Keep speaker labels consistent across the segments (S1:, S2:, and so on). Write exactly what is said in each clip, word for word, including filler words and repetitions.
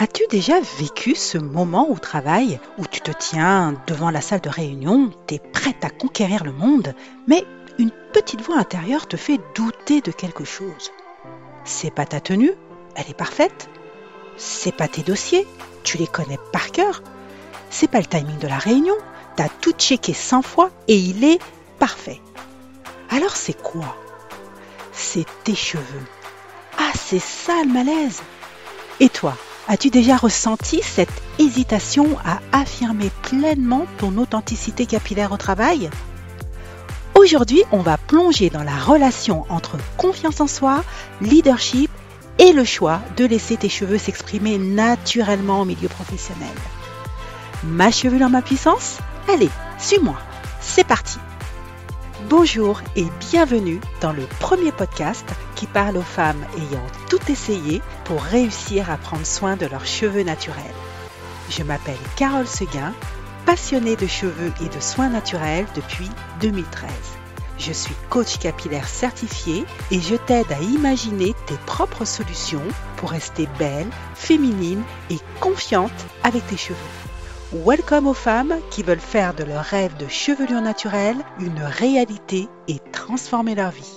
S1: As-tu déjà vécu ce moment au travail où tu te tiens devant la salle de réunion, tu es prête à conquérir le monde, mais une petite voix intérieure te fait douter de quelque chose? C'est pas ta tenue? Elle est parfaite? C'est pas tes dossiers? Tu les connais par cœur? C'est pas le timing de la réunion? T'as tout checké cent fois et il est parfait. Alors c'est quoi? C'est tes cheveux. Ah, c'est ça le malaise! Et toi? As-tu déjà ressenti cette hésitation à affirmer pleinement ton authenticité capillaire au travail? Aujourd'hui, on va plonger dans la relation entre confiance en soi, leadership et le choix de laisser tes cheveux s'exprimer naturellement au milieu professionnel. Ma chevelure, ma puissance? Allez, suis-moi, c'est parti! Bonjour et bienvenue dans le premier podcast qui parle aux femmes ayant tout essayé pour réussir à prendre soin de leurs cheveux naturels. Je m'appelle Carole Seguin, passionnée de cheveux et de soins naturels depuis deux mille treize. Je suis coach capillaire certifiée et je t'aide à imaginer tes propres solutions pour rester belle, féminine et confiante avec tes cheveux. Welcome aux femmes qui veulent faire de leur rêve de chevelure naturelle une réalité et transformer leur vie.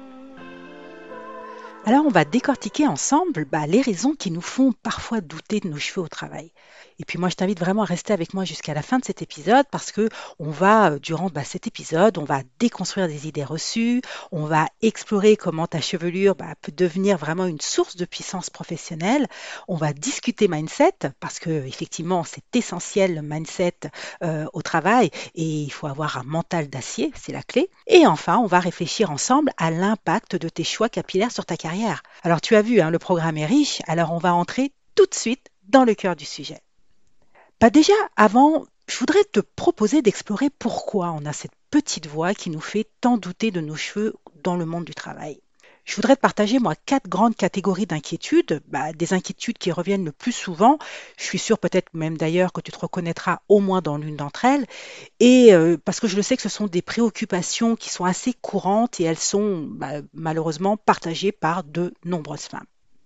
S1: Alors on va décortiquer ensemble bah, les raisons qui nous font parfois douter de nos cheveux au travail. Et puis moi je t'invite vraiment à rester avec moi jusqu'à la fin de cet épisode parce que on va, durant bah, cet épisode, on va déconstruire des idées reçues, on va explorer comment ta chevelure bah, peut devenir vraiment une source de puissance professionnelle, on va discuter mindset parce que effectivement c'est essentiel le mindset euh, au travail et il faut avoir un mental d'acier, c'est la clé. Et enfin on va réfléchir ensemble à l'impact de tes choix capillaires sur ta carrière. Alors tu as vu, hein, le programme est riche, alors on va entrer tout de suite dans le cœur du sujet. Bah déjà, avant, je voudrais te proposer d'explorer pourquoi on a cette petite voix qui nous fait tant douter de nos cheveux dans le monde du travail. Je voudrais te partager, moi, quatre grandes catégories d'inquiétudes, bah, des inquiétudes qui reviennent le plus souvent. Je suis sûre peut-être même d'ailleurs que tu te reconnaîtras au moins dans l'une d'entre elles. Et euh, parce que je le sais que ce sont des préoccupations qui sont assez courantes et elles sont bah, malheureusement partagées par de nombreuses femmes.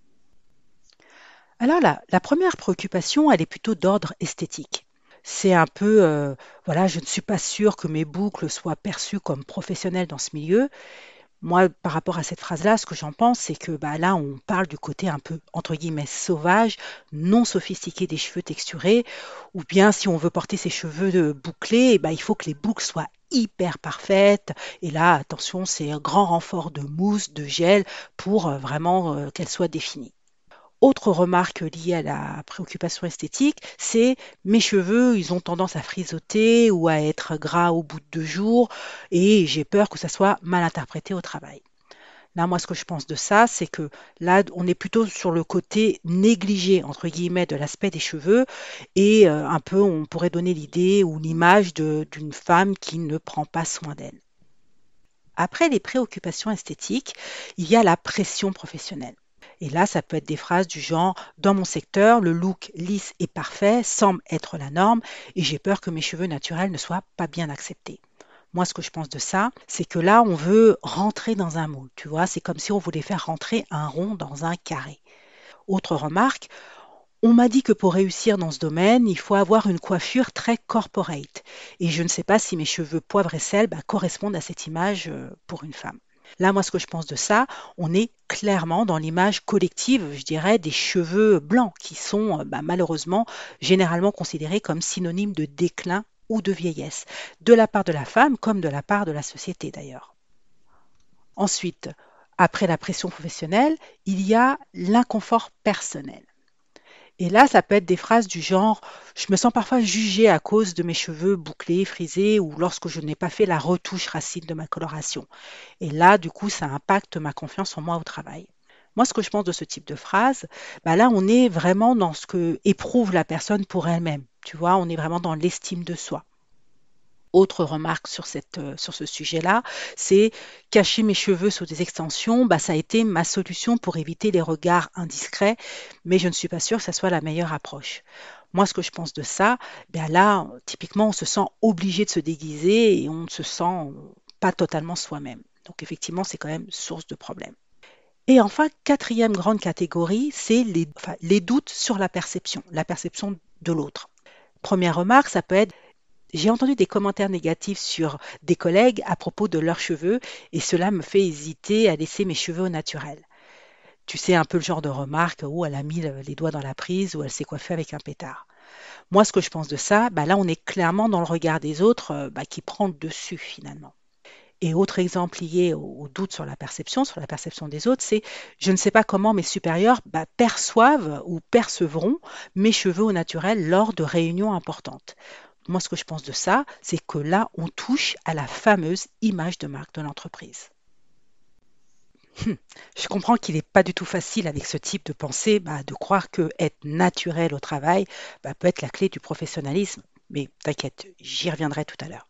S1: Alors là, la première préoccupation, elle est plutôt d'ordre esthétique. C'est un peu, euh, voilà, je ne suis pas sûre que mes boucles soient perçues comme professionnelles dans ce milieu. Moi, par rapport à cette phrase-là, ce que j'en pense, c'est que bah, là, on parle du côté un peu, entre guillemets, sauvage, non sophistiqué des cheveux texturés, ou bien si on veut porter ses cheveux de bouclés, bah, il faut que les boucles soient hyper parfaites. Et là, attention, c'est un grand renfort de mousse, de gel, pour euh, vraiment euh, qu'elles soient définies. Autre remarque liée à la préoccupation esthétique, c'est mes cheveux, ils ont tendance à frisoter ou à être gras au bout de deux jours et j'ai peur que ça soit mal interprété au travail. Là, moi, ce que je pense de ça, c'est que là, on est plutôt sur le côté négligé, entre guillemets, de l'aspect des cheveux et euh, un peu, on pourrait donner l'idée ou l'image de- d'une femme qui ne prend pas soin d'elle. Après les préoccupations esthétiques, il y a la pression professionnelle. Et là, ça peut être des phrases du genre: dans mon secteur, le look lisse et parfait semble être la norme et j'ai peur que mes cheveux naturels ne soient pas bien acceptés. Moi, ce que je pense de ça, c'est que là, on veut rentrer dans un moule, tu vois, c'est comme si on voulait faire rentrer un rond dans un carré. Autre remarque, on m'a dit que pour réussir dans ce domaine, il faut avoir une coiffure très corporate. Et je ne sais pas si mes cheveux poivre et sel bah, correspondent à cette image euh, pour une femme. Là, moi, ce que je pense de ça, on est clairement dans l'image collective, je dirais, des cheveux blancs qui sont euh, bah, malheureusement généralement considérés comme synonymes de déclin ou de vieillesse, de la part de la femme comme de la part de la société d'ailleurs. Ensuite, après la pression professionnelle, il y a l'inconfort personnel. Et là, ça peut être des phrases du genre: je me sens parfois jugée à cause de mes cheveux bouclés, frisés ou lorsque je n'ai pas fait la retouche racine de ma coloration. Et là, du coup, ça impacte ma confiance en moi au travail. Moi, ce que je pense de ce type de phrase, bah là, on est vraiment dans ce que éprouve la personne pour elle-même. Tu vois, on est vraiment dans l'estime de soi. Autre remarque sur, cette, euh, sur ce sujet-là, c'est cacher mes cheveux sous des extensions, bah, ça a été ma solution pour éviter les regards indiscrets, mais je ne suis pas sûre que ça soit la meilleure approche. Moi, ce que je pense de ça, ben là, typiquement, on se sent obligé de se déguiser et on ne se sent pas totalement soi-même. Donc, effectivement, c'est quand même source de problème. Et enfin, quatrième grande catégorie, c'est les, enfin, les doutes sur la perception, la perception de l'autre. Première remarque, ça peut être: j'ai entendu des commentaires négatifs sur des collègues à propos de leurs cheveux et cela me fait hésiter à laisser mes cheveux au naturel. Tu sais, un peu le genre de remarque où elle a mis le- les doigts dans la prise ou elle s'est coiffée avec un pétard. Moi, ce que je pense de ça, bah là, on est clairement dans le regard des autres euh, bah, qui prend le dessus finalement. Et autre exemple lié au, au doute sur la perception, sur la perception des autres, c'est: je ne sais pas comment mes supérieurs bah, perçoivent ou percevront mes cheveux au naturel lors de réunions importantes. Moi, ce que je pense de ça, c'est que là, on touche à la fameuse image de marque de l'entreprise. Hum, Je comprends qu'il n'est pas du tout facile avec ce type de pensée bah, de croire que être naturel au travail bah, peut être la clé du professionnalisme. Mais t'inquiète, j'y reviendrai tout à l'heure.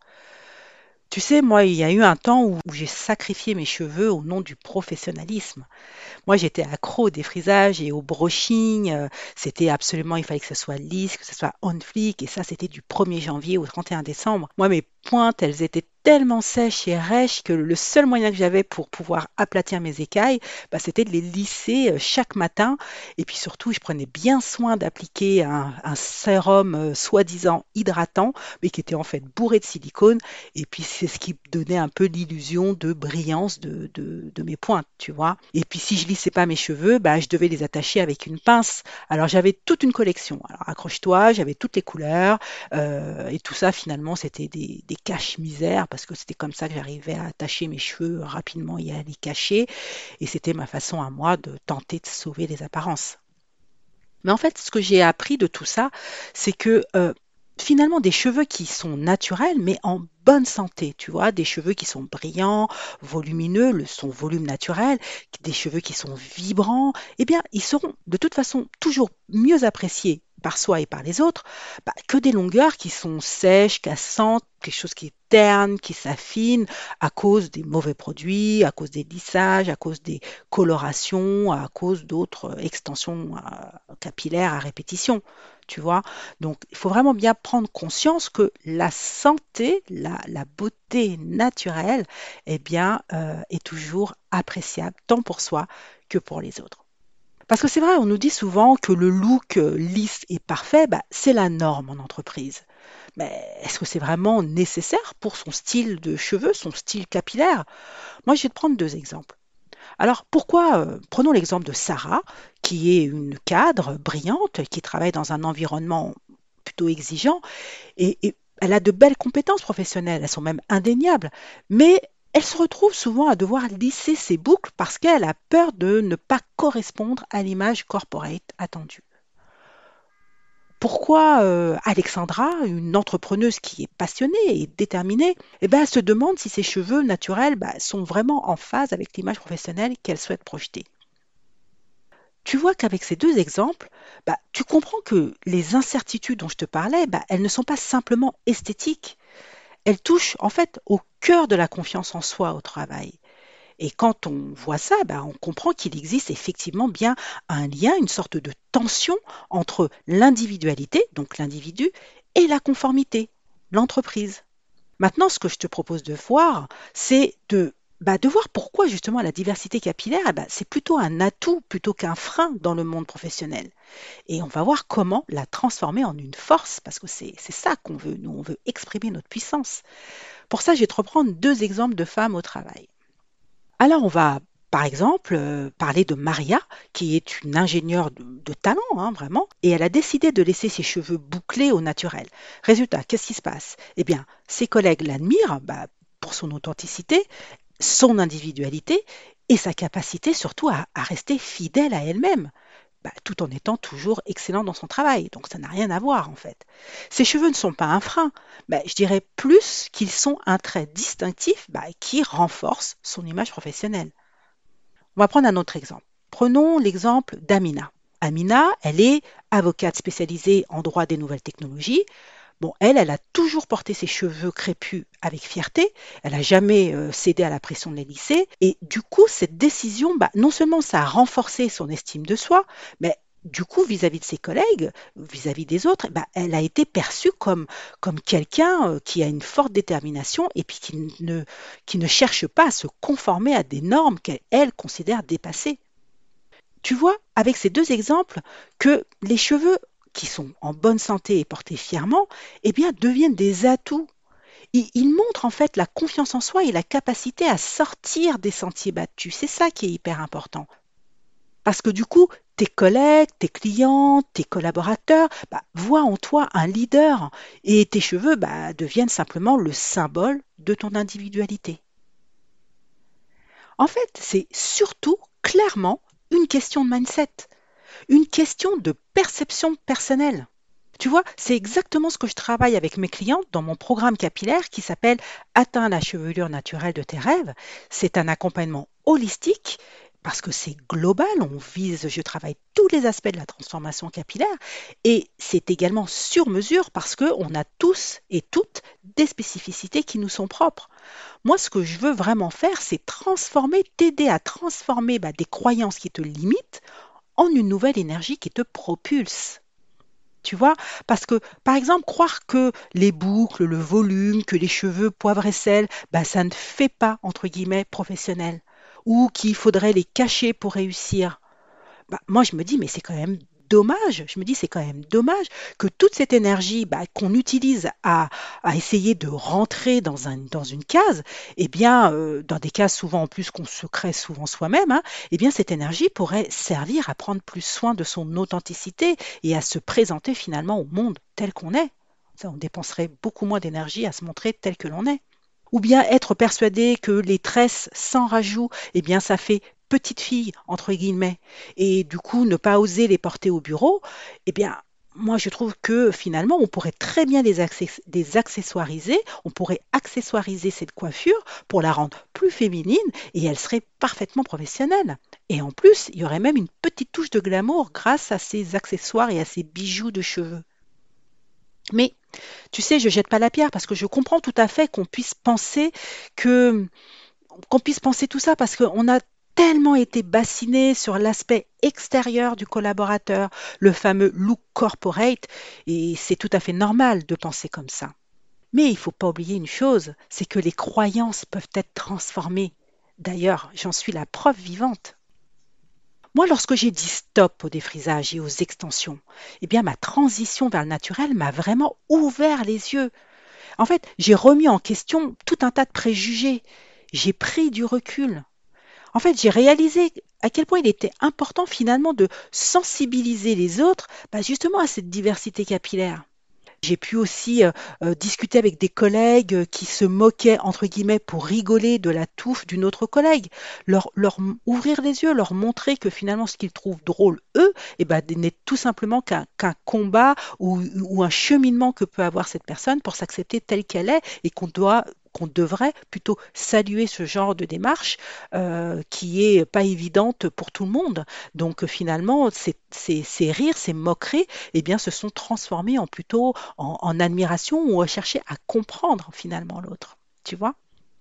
S1: Tu sais, moi, il y a eu un temps où, où j'ai sacrifié mes cheveux au nom du professionnalisme. Moi, j'étais accro au défrisage et au brushing. euh, C'était absolument, il fallait que ce soit lisse, que ce soit on fleek. Et ça, c'était du premier janvier au trente et un décembre. Moi, mes pointes, elles étaient tellement sèches et rêches que le seul moyen que j'avais pour pouvoir aplatir mes écailles, bah, c'était de les lisser euh, chaque matin. Et puis surtout, je prenais bien soin d'appliquer un, un sérum euh, soi-disant hydratant, mais qui était en fait bourré de silicone. Et puis, c'est ce qui donnait un peu l'illusion de brillance de, de, de mes pointes, tu vois. Et puis, si je lissais pas mes cheveux, bah, je devais les attacher avec une pince. Alors, j'avais toute une collection. Alors, accroche-toi, j'avais toutes les couleurs. euh, et tout ça, finalement, c'était des, des caches-misères parce que c'était comme ça que j'arrivais à attacher mes cheveux rapidement et à les cacher. Et c'était ma façon à moi de tenter de sauver les apparences. Mais en fait, ce que j'ai appris de tout ça, c'est que euh, finalement, des cheveux qui sont naturels, mais en bonne santé, tu vois, des cheveux qui sont brillants, volumineux, le, son volume naturel, des cheveux qui sont vibrants, eh bien, ils seront de toute façon toujours mieux appréciés par soi et par les autres bah, que des longueurs qui sont sèches, cassantes, quelque chose qui terne, qui s'affine à cause des mauvais produits, à cause des lissages, à cause des colorations, à cause d'autres extensions euh, capillaires à répétition, tu vois. Donc, il faut vraiment bien prendre conscience que la santé, la, la beauté naturelle, eh bien, euh, est toujours appréciable, tant pour soi que pour les autres. Parce que c'est vrai, on nous dit souvent que le look euh, lisse et parfait, bah, c'est la norme en entreprise. Mais est-ce que c'est vraiment nécessaire pour son style de cheveux, son style capillaire? Moi, je vais te prendre deux exemples. Alors pourquoi, euh, prenons l'exemple de Sarah, qui est une cadre brillante, qui travaille dans un environnement plutôt exigeant, et, et elle a de belles compétences professionnelles, elles sont même indéniables, mais elle se retrouve souvent à devoir lisser ses boucles parce qu'elle a peur de ne pas correspondre à l'image corporate attendue. Pourquoi euh, Alexandra, une entrepreneuse qui est passionnée et déterminée, eh ben, elle se demande si ses cheveux naturels bah, sont vraiment en phase avec l'image professionnelle qu'elle souhaite projeter. Tu vois qu'avec ces deux exemples, bah, tu comprends que les incertitudes dont je te parlais, bah, elles ne sont pas simplement esthétiques, elles touchent en fait au cœur de la confiance en soi au travail. Et quand on voit ça, bah, on comprend qu'il existe effectivement bien un lien, une sorte de tension entre l'individualité, donc l'individu, et la conformité, l'entreprise. Maintenant, ce que je te propose de voir, c'est de, bah, de voir pourquoi justement la diversité capillaire, eh ben, c'est plutôt un atout plutôt qu'un frein dans le monde professionnel. Et on va voir comment la transformer en une force, parce que c'est c'est ça qu'on veut. Nous, on veut exprimer notre puissance. Pour ça, je vais te reprendre deux exemples de femmes au travail. Alors, on va, par exemple, euh, parler de Maria, qui est une ingénieure de, de talent, hein, vraiment, et elle a décidé de laisser ses cheveux bouclés au naturel. Résultat, qu'est-ce qui se passe? Eh bien, ses collègues l'admirent bah, pour son authenticité, son individualité et sa capacité surtout à, à rester fidèle à elle-même. Bah, tout en étant toujours excellent dans son travail. Donc ça n'a rien à voir en fait. Ses cheveux ne sont pas un frein, bah, je dirais plus qu'ils sont un trait distinctif bah, qui renforce son image professionnelle. On va prendre un autre exemple. Prenons l'exemple d'Amina. Amina, elle est avocate spécialisée en droit des nouvelles technologies. Bon, elle, elle a toujours porté ses cheveux crépus avec fierté. Elle n'a jamais euh, cédé à la pression de les lisser. Et du coup, cette décision, bah, non seulement ça a renforcé son estime de soi, mais du coup, vis-à-vis de ses collègues, vis-à-vis des autres, bah, elle a été perçue comme, comme quelqu'un euh, qui a une forte détermination et puis qui ne, qui ne cherche pas à se conformer à des normes qu'elle elle, considère dépassées. Tu vois, avec ces deux exemples, que les cheveux qui sont en bonne santé et portés fièrement, eh bien, deviennent des atouts. Ils, ils montrent en fait la confiance en soi et la capacité à sortir des sentiers battus. C'est ça qui est hyper important. Parce que du coup, tes collègues, tes clients, tes collaborateurs bah, voient en toi un leader et tes cheveux bah, deviennent simplement le symbole de ton individualité. En fait, c'est surtout clairement une question de mindset, une question de perception personnelle. Tu vois, c'est exactement ce que je travaille avec mes clients dans mon programme capillaire qui s'appelle Atteins la chevelure naturelle de tes rêves. C'est un accompagnement holistique parce que c'est global, on vise, je travaille tous les aspects de la transformation capillaire et c'est également sur mesure parce qu'on a tous et toutes des spécificités qui nous sont propres. Moi, ce que je veux vraiment faire, c'est transformer, t'aider à transformer bah, des croyances qui te limitent en une nouvelle énergie qui te propulse. Tu vois? Parce que, par exemple, croire que les boucles, le volume, que les cheveux poivre et sel, bah, ça ne fait pas, entre guillemets, professionnel, ou qu'il faudrait les cacher pour réussir. Bah, moi, je me dis, mais c'est quand même dommage. Je me dis, c'est quand même dommage que toute cette énergie bah, qu'on utilise à, à essayer de rentrer dans, un, dans une case, eh bien, euh, dans des cases souvent en plus qu'on se crée souvent soi-même, hein, eh bien, cette énergie pourrait servir à prendre plus soin de son authenticité et à se présenter finalement au monde tel qu'on est. Ça, on dépenserait beaucoup moins d'énergie à se montrer tel que l'on est. Ou bien être persuadé que les tresses sans rajout, eh bien, ça fait petite fille, entre guillemets, et du coup, ne pas oser les porter au bureau, eh bien, moi, je trouve que finalement, on pourrait très bien les, access- les accessoiriser, on pourrait accessoiriser cette coiffure pour la rendre plus féminine et elle serait parfaitement professionnelle. Et en plus, il y aurait même une petite touche de glamour grâce à ces accessoires et à ces bijoux de cheveux. Mais tu sais, je jette pas la pierre parce que je comprends tout à fait qu'on puisse penser que qu'on puisse penser tout ça parce qu'on a tellement été bassiné sur l'aspect extérieur du collaborateur, le fameux look corporate, et c'est tout à fait normal de penser comme ça. Mais il ne faut pas oublier une chose, c'est que les croyances peuvent être transformées. D'ailleurs, j'en suis la preuve vivante. Moi, lorsque j'ai dit stop au défrisage et aux extensions, eh bien, ma transition vers le naturel m'a vraiment ouvert les yeux. En fait, j'ai remis en question tout un tas de préjugés. J'ai pris du recul. En fait, j'ai réalisé à quel point il était important finalement de sensibiliser les autres bah, justement à cette diversité capillaire. J'ai pu aussi euh, euh, discuter avec des collègues euh, qui se moquaient, entre guillemets, pour rigoler de la touffe d'une autre collègue. Leur, leur m- ouvrir les yeux, leur montrer que finalement ce qu'ils trouvent drôle, eux, eh ben, n'est tout simplement qu'un qu'un combat ou, ou un cheminement que peut avoir cette personne pour s'accepter telle qu'elle est et qu'on doit qu'on devrait plutôt saluer ce genre de démarche euh, qui est pas évidente pour tout le monde. Donc finalement, ces, ces, ces rires, ces moqueries, eh bien, se sont transformés en plutôt en, en admiration ou à chercher à comprendre finalement l'autre. Tu vois?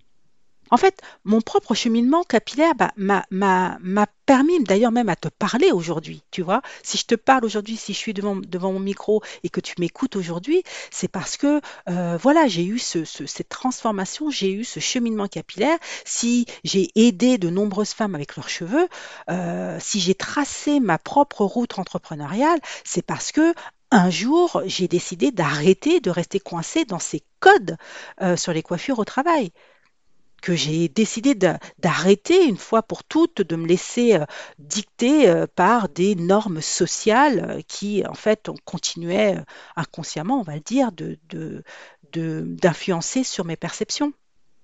S1: En fait, mon propre cheminement capillaire bah, m'a m'a- m'a permis d'ailleurs même à te parler aujourd'hui, tu vois. Si je te parle aujourd'hui, si je suis devant, devant mon micro et que tu m'écoutes aujourd'hui, c'est parce que euh, voilà, j'ai eu ce- ce- cette transformation, j'ai eu ce cheminement capillaire. Si j'ai aidé de nombreuses femmes avec leurs cheveux, euh, si j'ai tracé ma propre route entrepreneuriale, c'est parce que un jour, j'ai décidé d'arrêter de rester coincée dans ces codes euh, sur les coiffures au travail que j'ai décidé d'a- d'arrêter une fois pour toutes, de me laisser euh, dicter euh, par des normes sociales euh, qui, en fait, on continuait euh, inconsciemment, on va le dire, de, de- de- d'influencer sur mes perceptions.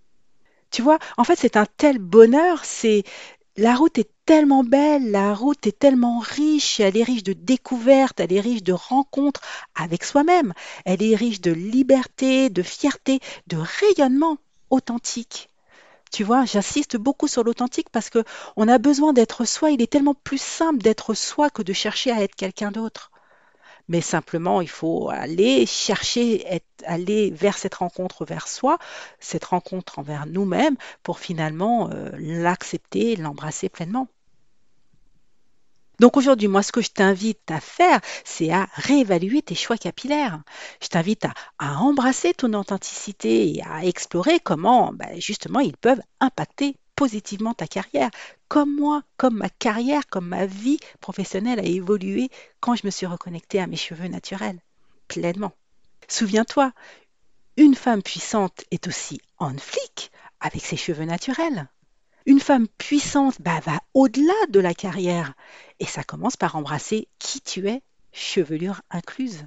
S1: Tu vois, en fait, c'est un tel bonheur, c'est la route est tellement belle, la route est tellement riche, elle est riche de découvertes, elle est riche de rencontres avec soi-même, elle est riche de liberté, de fierté, de rayonnement authentique. Tu vois, j'insiste beaucoup sur l'authentique parce que on a besoin d'être soi. Il est tellement plus simple d'être soi que de chercher à être quelqu'un d'autre. Mais simplement, il faut aller chercher, être- aller vers cette rencontre vers soi, cette rencontre envers nous-mêmes pour finalement euh, l'accepter, l'embrasser pleinement. Donc aujourd'hui, moi, ce que je t'invite à faire, c'est à réévaluer tes choix capillaires. Je t'invite à, à embrasser ton authenticité et à explorer comment, ben, justement, ils peuvent impacter positivement ta carrière, comme moi, comme ma carrière, comme ma vie professionnelle a évolué quand je me suis reconnectée à mes cheveux naturels, pleinement. Souviens-toi, une femme puissante est aussi on flic avec ses cheveux naturels. Une femme puissante bah, va au-delà de la carrière et ça commence par embrasser qui tu es, chevelure incluse.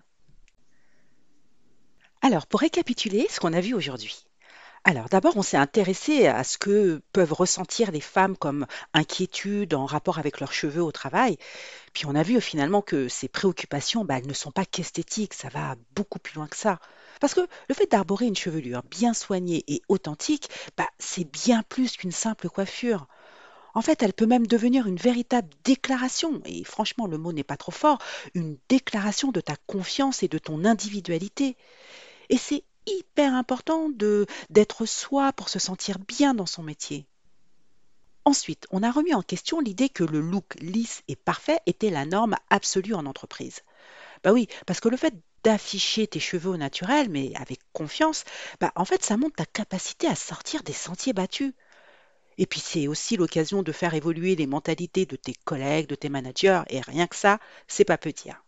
S1: Alors, pour récapituler ce qu'on a vu aujourd'hui. Alors, d'abord, on s'est intéressé à ce que peuvent ressentir les femmes comme inquiétude en rapport avec leurs cheveux au travail. Puis on a vu euh, finalement que ces préoccupations, bah, elles ne sont pas qu'esthétiques, ça va beaucoup plus loin que ça. Parce que le fait d'arborer une chevelure bien soignée et authentique, bah, c'est bien plus qu'une simple coiffure. En fait, elle peut même devenir une véritable déclaration, et franchement, le mot n'est pas trop fort, une déclaration de ta confiance et de ton individualité. Et c'est hyper important de d'être soi pour se sentir bien dans son métier. Ensuite, on a remis en question l'idée que le look lisse et parfait était la norme absolue en entreprise. Bah oui, parce que le fait d'afficher tes cheveux au naturel, mais avec confiance, bah en fait, ça montre ta capacité à sortir des sentiers battus. Et puis c'est aussi l'occasion de faire évoluer les mentalités de tes collègues, de tes managers, et rien que ça, c'est pas petit, hein.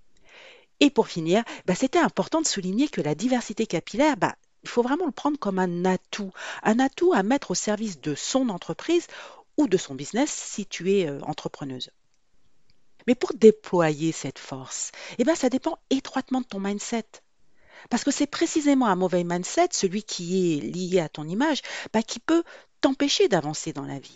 S1: Et pour finir, bah, c'était important de souligner que la diversité capillaire, bah, il faut vraiment le prendre comme un atout, un atout à mettre au service de son entreprise ou de son business si tu es euh, entrepreneuse. Mais pour déployer cette force, eh ben, ça dépend étroitement de ton mindset. Parce que c'est précisément un mauvais mindset, celui qui est lié à ton image, bah, qui peut t'empêcher d'avancer dans la vie.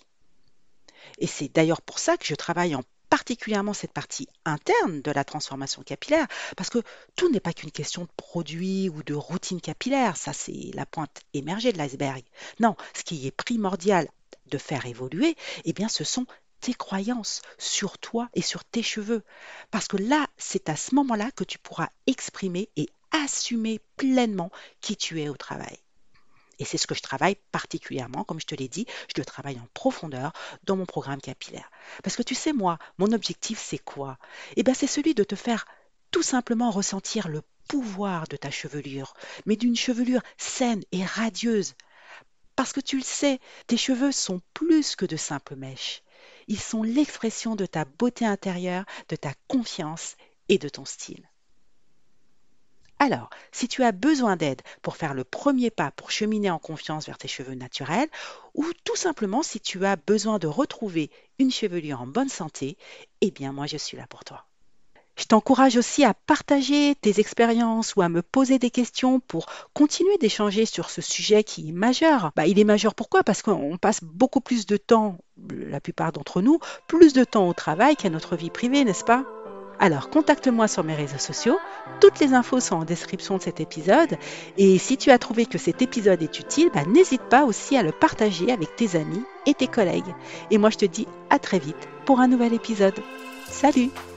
S1: Et c'est d'ailleurs pour ça que je travaille en particulièrement cette partie interne de la transformation capillaire, parce que tout n'est pas qu'une question de produit ou de routine capillaire, ça c'est la pointe émergée de l'iceberg. Non, ce qui est primordial de faire évoluer, eh bien ce sont tes croyances sur toi et sur tes cheveux. Parce que là, c'est à ce moment-là que tu pourras exprimer et assumer pleinement qui tu es au travail. Et c'est ce que je travaille particulièrement, comme je te l'ai dit, je le travaille en profondeur dans mon programme capillaire. Parce que tu sais, moi, mon objectif, c'est quoi? Eh bien, c'est celui de te faire tout simplement ressentir le pouvoir de ta chevelure, mais d'une chevelure saine et radieuse. Parce que tu le sais, tes cheveux sont plus que de simples mèches. Ils sont l'expression de ta beauté intérieure, de ta confiance et de ton style. Alors, si tu as besoin d'aide pour faire le premier pas pour cheminer en confiance vers tes cheveux naturels, ou tout simplement si tu as besoin de retrouver une chevelure en bonne santé, eh bien moi je suis là pour toi. Je t'encourage aussi à partager tes expériences ou à me poser des questions pour continuer d'échanger sur ce sujet qui est majeur. Bah, il est majeur pourquoi? Parce qu'on passe beaucoup plus de temps, la plupart d'entre nous, plus de temps au travail qu'à notre vie privée, n'est-ce pas? Alors, contacte-moi sur mes réseaux sociaux. Toutes les infos sont en description de cet épisode. Et si tu as trouvé que cet épisode est utile, bah, n'hésite pas aussi à le partager avec tes amis et tes collègues. Et moi, je te dis à très vite pour un nouvel épisode. Salut!